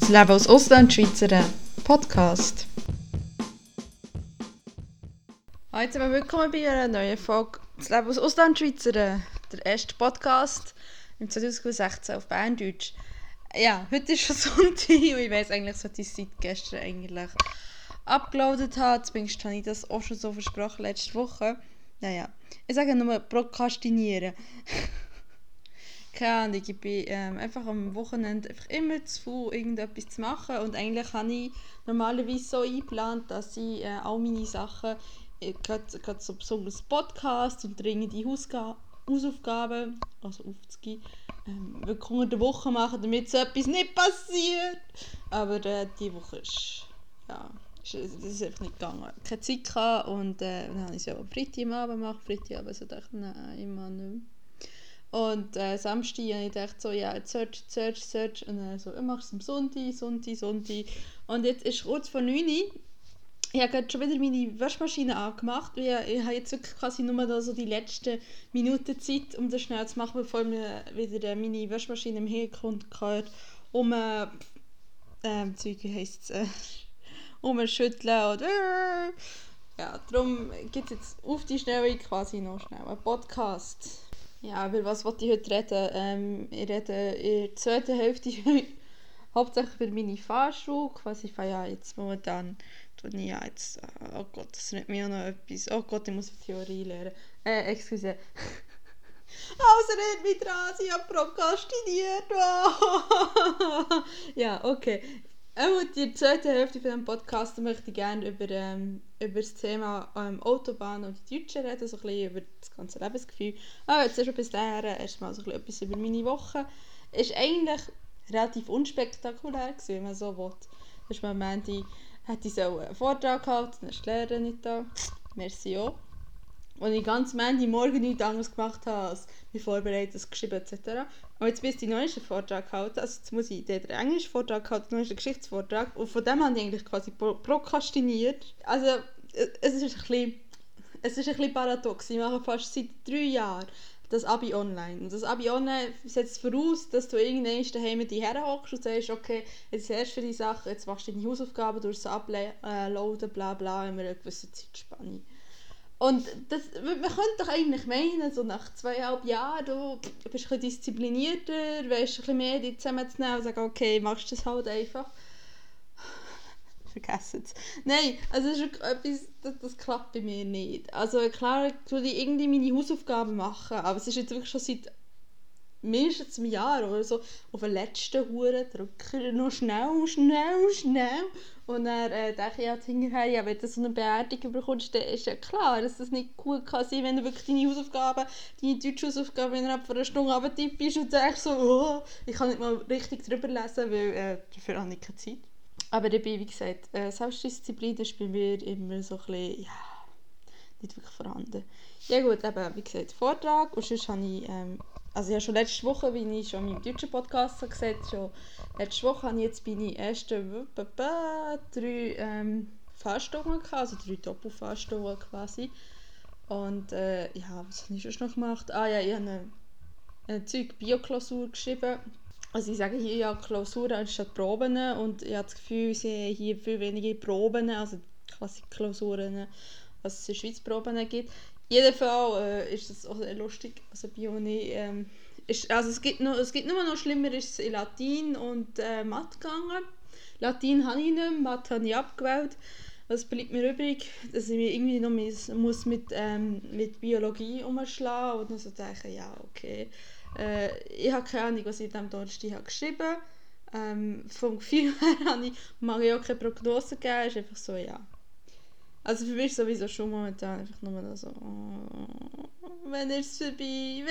Das Leben als Auslandschweizerin Podcast. Heute sind wir willkommen bei einer neuen Folge Das Leben als Auslandschweizerin, der erste Podcast im 2016 auf Berndeutsch. Ja, heute ist schon Sonntag und ich weiss eigentlich, sollte ich seit gestern eigentlich abgeladen haben. Zumindest habe ich das auch schon so versprochen letzte Woche. Naja, ich sage nur prokrastinieren. Keine Ahnung, ich bin einfach am Wochenende einfach immer zu faul, irgendetwas zu machen. Und eigentlich habe ich normalerweise so eingeplant, dass ich all meine Sachen, gerade so besonders Podcasts und dringende Hausaufgaben, also aufzugeben, wirklich unter der Woche machen, damit so etwas nicht passiert. Aber diese Woche ist das einfach nicht gegangen. Keine Zeit gehabt und dann habe ich es ja am Freitag am Abend gemacht. Freitagabend so dachte ich, nein, ich mache nicht mehr. Und Samstag habe ich gedacht, so, ja, jetzt search. Und dann so, ich mache es am Sonntag. Und jetzt ist kurz vor 9 Uhr. Ich habe gerade schon wieder meine Waschmaschine angemacht. Ich habe jetzt wirklich quasi nur noch so die letzten Minuten Zeit, um das schnell zu machen, bevor mir wieder meine Waschmaschine im Hintergrund gehört. Zeug heisst es, umschütteln oder ja, darum gibt es jetzt auf die Schnelle quasi noch schnell einen Podcast. Ja, über was wollte ich heute reden? Ich rede in der zweiten Hälfte hauptsächlich über meine Fahrschule. Quasi ich fahre ja jetzt momentan, oh Gott, das nennt mir auch noch etwas. Oh Gott, ich muss Theorie lernen. Excuse. Also nicht dran, ich habe prokrastiniert. Ja, okay. Und die zweite Hälfte von diesem Podcast möchte ich gerne über das Thema Autobahn und die Deutschen reden, so ein bisschen über das ganze Lebensgefühl. Aber jetzt schon bis dahin erstmal so etwas über meine Woche. Ist eigentlich relativ unspektakulär gewesen, wenn man so will. Das ist am Montag, hätte ich so einen Vortrag gehalten, dann ist die Lehrerin nicht da. Merci auch. Und ich ganz Montagmorgen nichts anderes gemacht habe, als mich vorbereitet, geschrieben etc. Aber jetzt müsste ich noch einen Vortrag halten, also jetzt muss ich den englischen Vortrag halten, noch einen Geschichtsvortrag. Und von dem habe ich eigentlich quasi prokrastiniert. Also es ist ein bisschen paradox. Ich mache fast seit 3 Jahren das Abi online. Und das Abi online setzt voraus, dass du irgendwann daheim mit dir herhockst und sagst, okay, jetzt erst für die Sachen, jetzt machst du deine Hausaufgaben, du sie uploaden, bla bla, in einer gewissen Zeitspanne. Und man könnte doch eigentlich meinen, so nach 2,5 Jahren, du bist ein bisschen disziplinierter, weißt ein bisschen mehr dich zusammenzunehmen und sagen, okay, machst du das halt einfach. Vergessen es. Nein, also das ist wirklich etwas, das klappt bei mir nicht. Also klar, tue ich irgendwie meine Hausaufgaben machen, aber es ist jetzt wirklich schon seit mindestens einem Jahr oder so auf den letzten Drücker noch schnell. Und dann denke ich halt hinterher, ja, wenn du so eine Bewertung bekommst, dann ist ja klar, dass das nicht gut kann sein, wenn du wirklich deine deutsche Hausaufgaben innerhalb von einer Stunde runtertippst und denkst so, oh, ich kann nicht mal richtig drüber lesen, weil dafür habe ich keine Zeit. Aber dabei, wie gesagt, Selbstdisziplin ist bei mir immer so ein bisschen, ja, nicht wirklich vorhanden. Ja gut, eben, wie gesagt, Vortrag und sonst habe ich, also ja schon letzte Woche, wie ich schon in meinem deutschen Podcast gesagt habe, schon letzte Woche habe ich jetzt meine ersten 3 Fahrstunden gehabt, also 3 Doppelfahrstunden quasi. Und ja, was habe ich sonst noch gemacht? Ah ja, ich habe eine Bio-Klausur geschrieben. Also ich sage hier ja Klausuren anstatt Proben und ich habe das Gefühl, sie haben hier viel weniger Proben, also quasi Klausuren, als es in der Schweiz Proben gibt. In jedem Fall ist das auch sehr lustig, also Bio-Uni, also es gibt nur noch schlimmer, ist es in Latein und Mathe gegangen. Latein habe ich nicht mehr, Mathe habe ich abgewählt. Was bleibt mir übrig, dass ich mich irgendwie noch muss mit Biologie umschlagen und dann so denke, ja okay. Ich habe keine Ahnung, was ich am Donnerstag geschrieben habe. Vom Gefühl her mag ich auch keine Prognose geben, ist einfach so, ja. Also für mich ist sowieso schon momentan einfach nur so, oh, wenn ist es vorbei.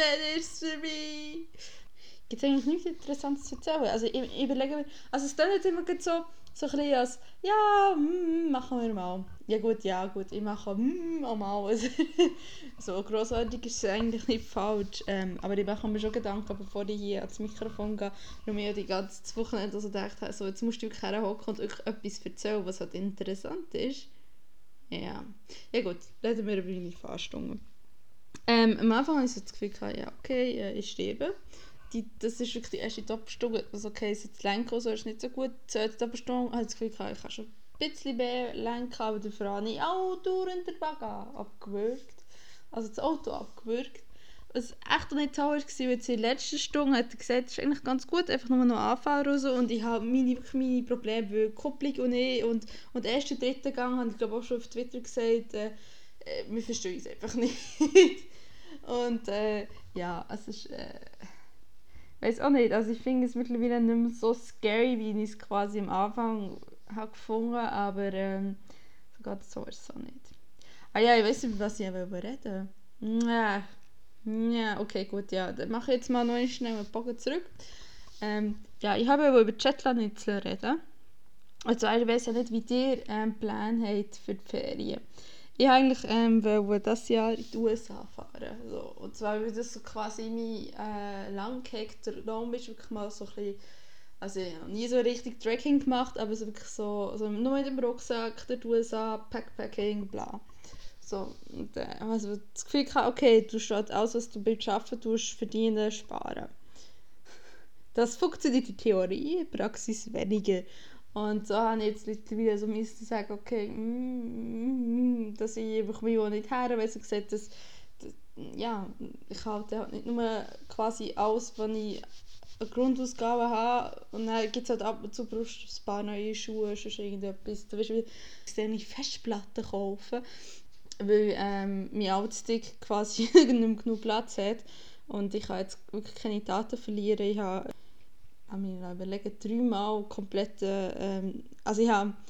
Gibt es eigentlich nichts Interessantes zu erzählen? Also ich überlege mir, also es klingt immer so ein bisschen als, ja, machen wir mal. Ja gut, ich mache auch mal. Also, so grossartig ist es eigentlich nicht falsch. Aber ich mache mir schon Gedanken, bevor ich hier ans Mikrofon gehe, weil mir ja die ganze Woche also gedacht habe, so, jetzt musst du wirklich herhocken und wirklich etwas erzählen, was halt interessant ist. Ja gut, reden wir über meine Fahrstunde. Am Anfang hatte ich so das Gefühl, ja okay, ich sterbe. das ist wirklich die erste Doppelstunde. Also okay, das Lenken so ist nicht so gut. Die zweite Doppelstunde habe ich das Gefühl, ich kann schon ein bisschen mehr lenken, aber dafür habe ich auch dauernd den Bagage abgewürgt. Also das Auto abgewürgt. Was echt nicht toll war, weil in der letzten Stunde hat er gesagt, das ist eigentlich ganz gut, einfach nur noch anfahren oder so. Und ich habe meine Probleme, weil die Kupplung und ich und der erste und dritte Gang, habe ich glaube auch schon auf Twitter gesagt, wir verstehen uns einfach nicht. Und ja, es ist, weiß auch nicht, also ich finde es mittlerweile nicht mehr so scary, wie ich es quasi am Anfang habe gefunden, aber so geht es so ist es auch nicht. Ah ja, ich weiß nicht, über was ich reden wollte. Ja, okay, gut, ja, dann mache ich jetzt mal noch schnell einen Bogen zurück. Ja, ich habe über die Shetlandinseln reden. Also ich weiß ja nicht, wie ihr Pläne habt für die Ferien. Ich wollte eigentlich dieses Jahr in die USA fahren. So. Und zwar, weil das so quasi mein lang gehegter Traum ist, wirklich mal so ein bisschen, also ich habe nie so richtig Trekking gemacht, aber so wirklich so nur mit dem Rucksack, der USA, Backpacking, bla. So, und also das Gefühl hatte, okay, du schaust aus, was du beim Arbeiten tust, verdienen, sparen. Das funktioniert in Theorie, in Praxis weniger. Und so habe ich jetzt wieder so müssen sagen, okay, dass ich einfach mich auch nicht her, weil sie gesagt dass ja, ich halte halt nicht nur quasi alles, was ich eine Grundausgabe habe und dann gibt es halt ab und zu brauchst du ein paar neue Schuhe, sonst irgendetwas. Da willst du wieder externe Festplatten kaufen, weil mein Altstick quasi nicht mehr genug Platz hat und ich kann jetzt wirklich keine Daten verlieren. Ich habe mir überlegen, 3 Mal komplett, also ich habe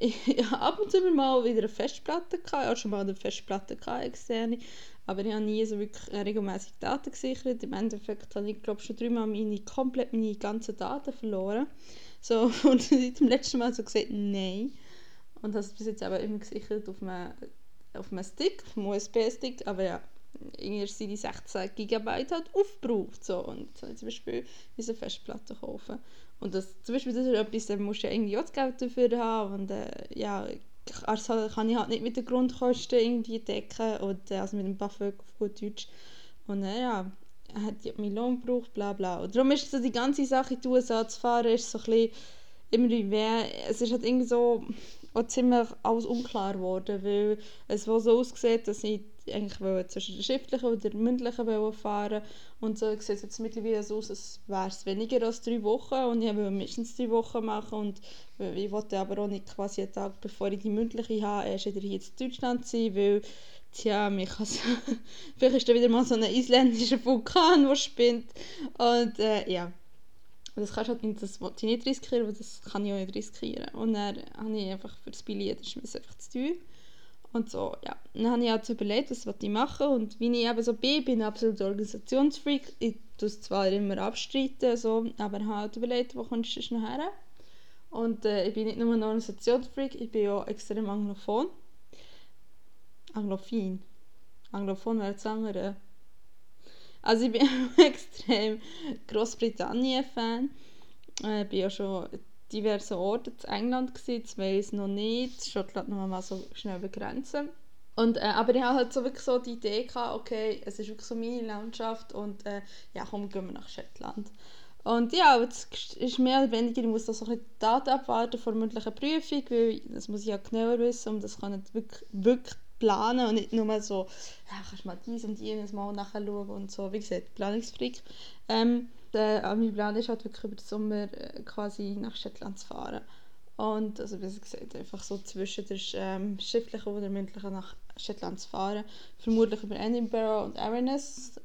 ab und zu mal wieder eine Festplatte gehabt, ich hatte schon mal eine Festplatte gehabt, externe, aber ich habe nie so wirklich regelmäßig Daten gesichert. Im Endeffekt habe ich glaube schon 3 Mal komplett meine ganzen Daten verloren. So, und seit dem letzten Mal so gesagt, nein. Und habe es bis jetzt aber immer gesichert auf einem Stick, auf einem USB-Stick, aber ja, irgendwie sind die 16 GB halt aufgebraucht. So. Und jetzt habe ich zum Beispiel diese Festplatte kaufen. Und das, zum Beispiel, das ist etwas, da musst du ja irgendwie auch das Geld dafür haben. Und ja, also kann ich halt nicht mit den Grundkosten irgendwie decken. Und, also mit dem BAföG auf gut Deutsch. Und ja, hat meinen Lohn gebraucht, bla bla. Und darum ist so die ganze Sache in die USA zu fahren, ist so ein bisschen immer wie, es ist halt irgendwie so auch ziemlich alles unklar geworden, weil es so aussieht, dass ich eigentlich zwischen der schriftlichen und der mündlichen fahren und so sieht es jetzt mittlerweile so aus, als wäre es weniger als 3 Wochen und ich will mindestens 3 Wochen machen und ich wollte aber auch nicht quasi einen Tag bevor ich die mündliche habe, erst wieder hier in Deutschland sein, weil tja, vielleicht ist da wieder mal so ein isländischer Vulkan, der spinnt und ja. Und das kannst du halt das wollte ich nicht riskieren, aber das kann ich auch nicht riskieren. Und dann habe ich einfach für das Billett, das ist mir einfach zu teuer. Und so, ja. Dann habe ich halt überlegt, was ich machen und wie ich eben so bin ich absolut Organisationsfreak. Ich tue es zwar immer abstreiten, so, aber ich habe halt überlegt, wo kommst du noch her? Und ich bin nicht nur ein Organisationsfreak, ich bin auch extrem anglophon. Anglophil. Anglophon wäre das andere. Also ich bin extrem Großbritannien-Fan. Ich bin ja schon diverse Orte in England gewesen, in Wales noch nicht, Schottland noch mal so schnell über Grenzen. Und, aber ich hatte halt so wirklich so die Idee gehabt, okay, es ist wirklich so meine Landschaft und ja, komm, gehen wir nach Schottland. Und ja, jetzt ist mehr oder weniger, ich muss da so ein bisschen die Daten abwarten vor der mündlichen Prüfung, weil das muss ich ja genauer wissen, um das kann ich wirklich planen und nicht nur so, ja, kannst mal dies und jenes mal nachschauen und so, wie gesagt, Planungsfreak. Mein Plan ist halt wirklich über den Sommer quasi nach Schottland zu fahren. Und, also wie gesagt, einfach so zwischen der schriftlichen und der mündlichen nach Schottland zu fahren. Vermutlich über Edinburgh und Inverness.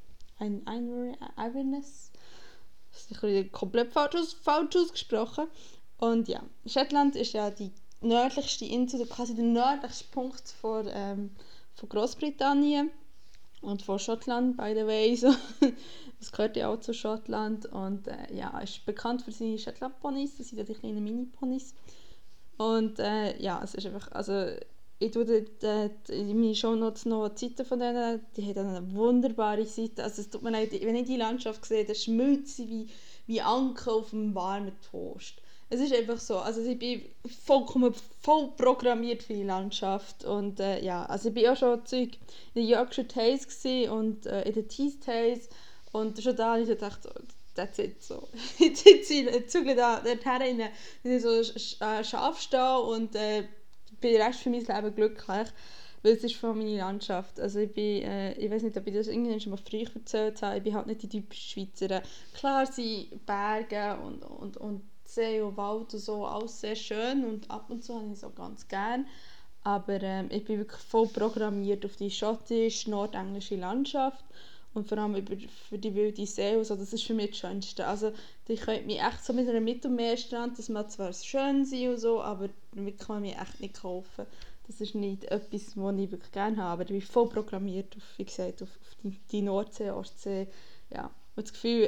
Inverness? Das ist ein bisschen komplett falsch ausgesprochen. Und ja, Schottland ist ja die nördlichste Insel, quasi der nördlichste Punkt von Großbritannien und von Schottland, by the way. So. Das gehört ja auch zu Schottland und ja, ist bekannt für seine Shetland-Ponys, das sind ja die kleinen Mini-Ponys. Und ja, es ist einfach, also ich tue in meine Shownotes noch Seiten von denen, die haben eine wunderbare Seite, also es tut mir leid, wenn ich die Landschaft sehe, dann schmilzt sie wie Anker auf einem warmen Toast. Es ist einfach so, also ich bin voll programmiert für die Landschaft und ja, also ich bin auch schon in den Yorkshire Tales und in den Tees Tales Und schon da habe ich gedacht, so, that's it, so. Jetzt zügle da dorthin in so scharf stehen und bin den Rest für mein Leben glücklich. Weil es ist von meiner Landschaft. Also ich weiß nicht, ob ich das irgendwann schon mal früher erzählt habe, ich bin halt nicht die typische Schweizerin. Klar sind Berge und See und Wald und so alles sehr schön und ab und zu habe ich es auch ganz gern. Aber ich bin wirklich voll programmiert auf die schottisch-nordenglische Landschaft und vor allem für die wilde See und so, das ist für mich das Schönste. Also die könnt mich echt so mit einem Mittelmeerstrand, das mag zwar schön sein und so, aber damit kann man mich echt nicht kaufen. Das ist nicht etwas, was ich wirklich gerne habe, aber ich bin voll programmiert auf, wie gesagt, auf die Nordsee, Ostsee, ja. Und das Gefühl,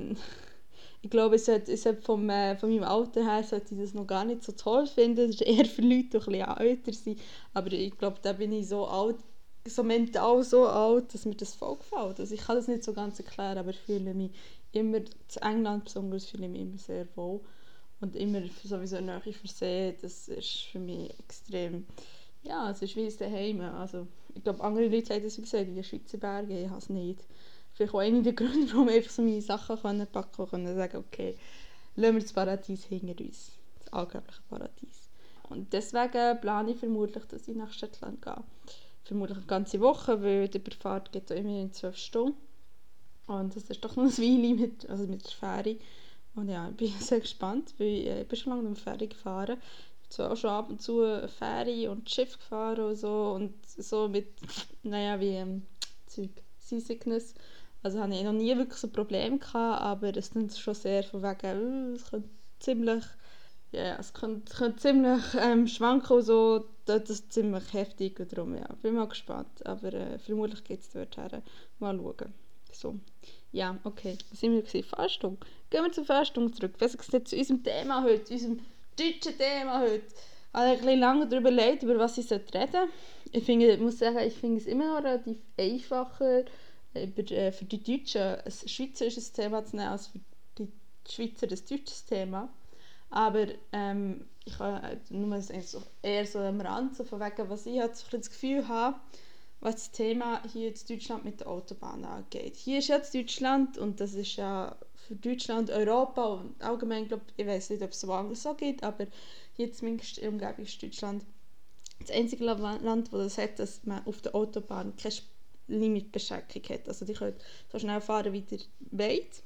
ich glaube, ich sollte von meinem Alter her sollte ich das noch gar nicht so toll finden. Das ist eher für Leute, die ein bisschen älter sind. Aber ich glaube, da bin ich so alt, so mental so alt, dass mir das voll gefällt. Also ich kann das nicht so ganz erklären, aber ich fühle mich immer, in England besonders, fühle ich mich immer sehr wohl. Und immer sowieso eine Nähe versehen, das ist für mich extrem, ja, es ist wie ein Zuhause. Also ich glaube, andere Leute haben das wie gesagt, in den Schweizer Bergen, ich habe es nicht. Vielleicht auch einer der Gründe, warum ich einfach so meine Sachen packen konnte und sagen, okay, lassen wir das Paradies hinter uns. Das angebliche Paradies. Und deswegen plane ich vermutlich, dass ich nach Schottland gehe. Vermutlich eine ganze Woche, weil die Überfahrt geht immerhin 12 Stunden. Und das ist doch noch ein Weile mit der Fähre. Und ja, ich bin sehr gespannt, weil ich bin schon lange mit der Fähre gefahren. Ich bin zwar auch schon ab und zu eine Fähre und Schiff gefahren und so mit, naja, wie Zeug, Seasickness. Also hatte ich noch nie wirklich so Probleme gehabt, aber es sind schon sehr von wegen, es könnte ziemlich, es könnte ziemlich schwanken und so, das ist ziemlich heftig und darum, ja, bin mal gespannt, aber vermutlich geht es dort her, mal schauen. So, ja, okay, was sind wir gewesen? Fastung. Gehen wir zur Fastung zurück, besser gesagt zu unserem Thema heute, unserem deutschen Thema heute. Ich habe ein bisschen lange darüber überlegt, über was ich reden sollte. Ich muss sagen, ich finde es immer noch relativ einfacher, für die Deutschen ein schweizerisches Thema zu nehmen, als für die Schweizer ein deutsches Thema. Aber ich habe nur so, eher so am Rand, so von wegen, was ich halt so das Gefühl habe, was das Thema hier in Deutschland mit der Autobahn angeht. Hier ist jetzt Deutschland und das ist ja für Deutschland, Europa und allgemein, glaube ich, weiß nicht, ob es woanders so geht, aber hier zumindest in der Umgebung ist Deutschland das einzige Land, das das hat, dass man auf der Autobahn keine Limitbeschränkung hat. Also die können so schnell fahren, wie ihr wollt,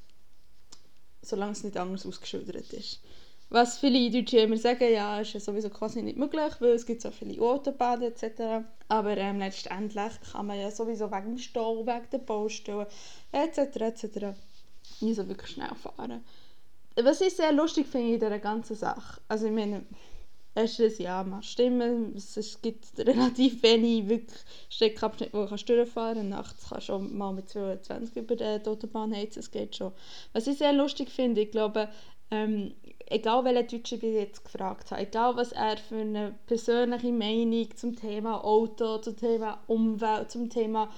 solange es nicht anders ausgeschildert ist. Was viele Deutsche immer sagen, ja, ist ja sowieso quasi nicht möglich, weil es gibt so viele Autobahnen etc. Aber letztendlich kann man ja sowieso wegen dem Stau, wegen der Baustellen etc. nie so wirklich schnell fahren. Was ich sehr lustig finde in dieser ganzen Sache, also ich meine, erstens, ja, mag stimmen, es gibt relativ wenig wirklich Streckenabschnitte, wo du durchfahren kannst. Nachts kannst du auch mal mit 22 über die Autobahn heizen, es geht schon. Was ich sehr lustig finde, ich glaube, egal welchen Deutschen ich jetzt gefragt habe, egal was er für eine persönliche Meinung zum Thema Auto, zum Thema Umwelt, zum Thema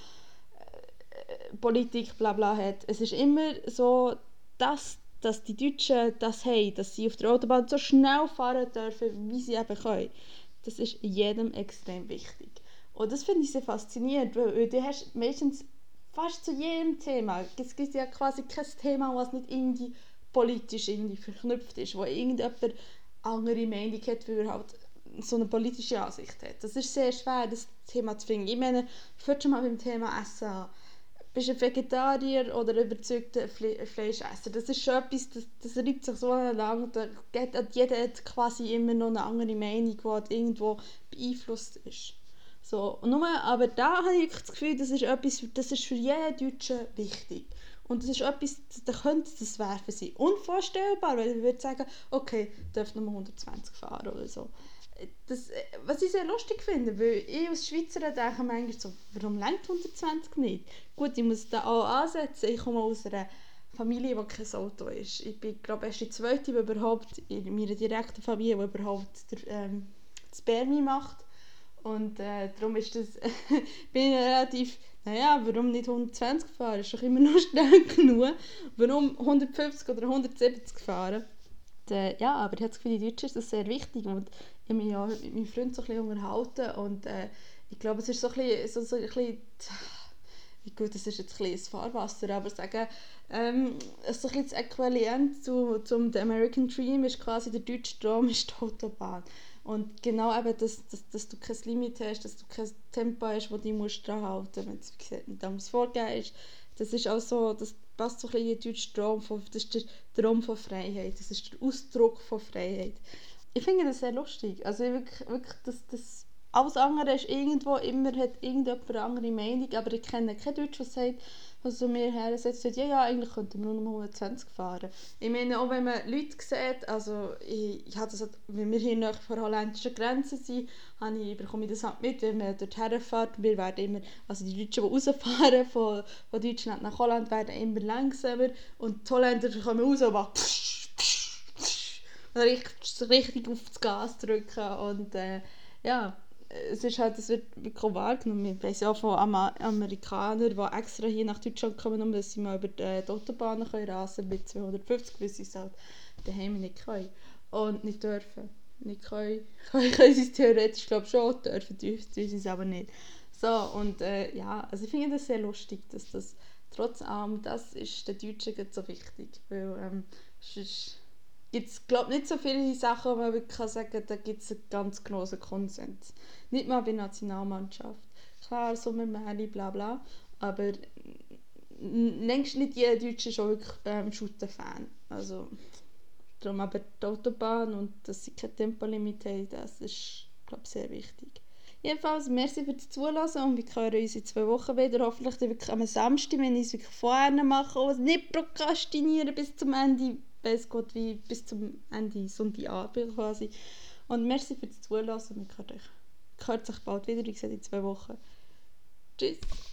Politik, bla bla hat, es ist immer so, dass die Deutschen das haben, dass sie auf der Autobahn so schnell fahren dürfen, wie sie eben können. Das ist jedem extrem wichtig. Und das finde ich sehr faszinierend, weil du hast meistens fast zu jedem Thema, es gibt ja quasi kein Thema, was nicht irgendwie politisch irgendwie verknüpft ist, wo irgendjemand andere Meinung hat, weil er halt so eine politische Ansicht hat. Das ist sehr schwer, das Thema zu finden. Ich meine, fängt schon mal beim Thema Essen an. Bist du ein Vegetarier oder überzeugter Fleischesser? Das ist schon etwas, das reibt sich so lang. Jeder hat quasi immer noch eine andere Meinung, die halt irgendwo beeinflusst ist. So, und nur, aber da habe ich das Gefühl, das ist etwas, das ist für jeden Deutschen wichtig. Und das ist etwas, da könnte das werfen sein. Unvorstellbar, weil ich würde sagen, okay, ich darf nur 120 fahren oder so. Das, was ich sehr lustig finde, weil ich als Schweizerin denke manchmal so, warum lenkt 120 nicht? Gut, ich muss da auch ansetzen, ich komme aus einer Familie, die kein Auto ist. Ich bin, glaube ich, erst die zweite, die überhaupt in meiner direkten Familie, die überhaupt das Bermi macht. Und darum ist das, bin ich relativ, naja, warum nicht 120 fahren? Ist doch immer noch schnell genug. Warum 150 oder 170 fahren? Ja, aber ich habe das Gefühl, in Deutsch ist das sehr wichtig. Und ich habe mich ja mit meinem Freund so ein bisschen unterhalten. Und ich glaube, es ist so ein bisschen gut, das ist jetzt ein kleines Fahrwasser, aber sagen, so ein das Äquivalent zum The American Dream ist quasi der deutsche Traum ist die Autobahn. Und genau eben, dass du kein Limit hast, dass du kein Tempo hast, das du musst dran halten musst, wenn es, wie gesagt, nicht anders vorgegeben ist. Das ist auch so, das passt so ein bisschen in den deutschen Traum von, das ist der Traum von Freiheit, das ist der Ausdruck von Freiheit. Ich finde das sehr lustig, also wirklich das alles andere ist irgendwo, immer hat irgendjemand eine andere Meinung, aber ich kenne keinen Deutschen, der sagt, was zu mir her setzt, ja, eigentlich könnten wir nur noch 120 fahren. Ich meine, auch wenn man Leute sieht, also ich habe das, halt, wenn wir hier nach vor holländischen Grenzen sind, bekomme ich das halt mit, wenn man dort herfährt, wir werden immer, also die Deutschen, die rausfahren von Deutschland nach Holland, werden immer langsamer und die Holländer kommen raus und machen richtig auf das Gas drücken und ja, es ist halt, es wird wirklich wahrgenommen. Ich weiss ja auch von Amerikanern, die extra hier nach Deutschland kommen, um dass sie mal über die Autobahnen rasen mit 250, weil sie es halt daheim nicht können und nicht dürfen. Nicht können sie es theoretisch, glaube schon, dürfen sie es aber nicht. So, und ja, also ich finde das sehr lustig, dass das trotz allem, das ist den Deutschen so wichtig, weil sonst gibt es, glaube nicht so viele Sachen, wo man wirklich kann sagen kann, da gibt es einen ganz grossen Konsens. Nicht mal bei der Nationalmannschaft. Klar, Sommermärchen, bla bla, aber längst nicht jeder Deutsche ist auch wirklich Shooter-Fan. Also, darum aber die Autobahn und dass sie kein Tempolimit haben, das ist, glaube ich, sehr wichtig. Jedenfalls, merci für das Zuhören und wir hören uns in 2 Wochen wieder. Hoffentlich wirklich am Samstag, wenn ich es wirklich vorher mache und nicht prokrastinieren bis zum Ende, weiß Gott wie, bis zum Ende Sonntagabend quasi. Und merci für das Zuhören und wir hören sich bald wieder, wie gesagt, in 2 Wochen. Tschüss!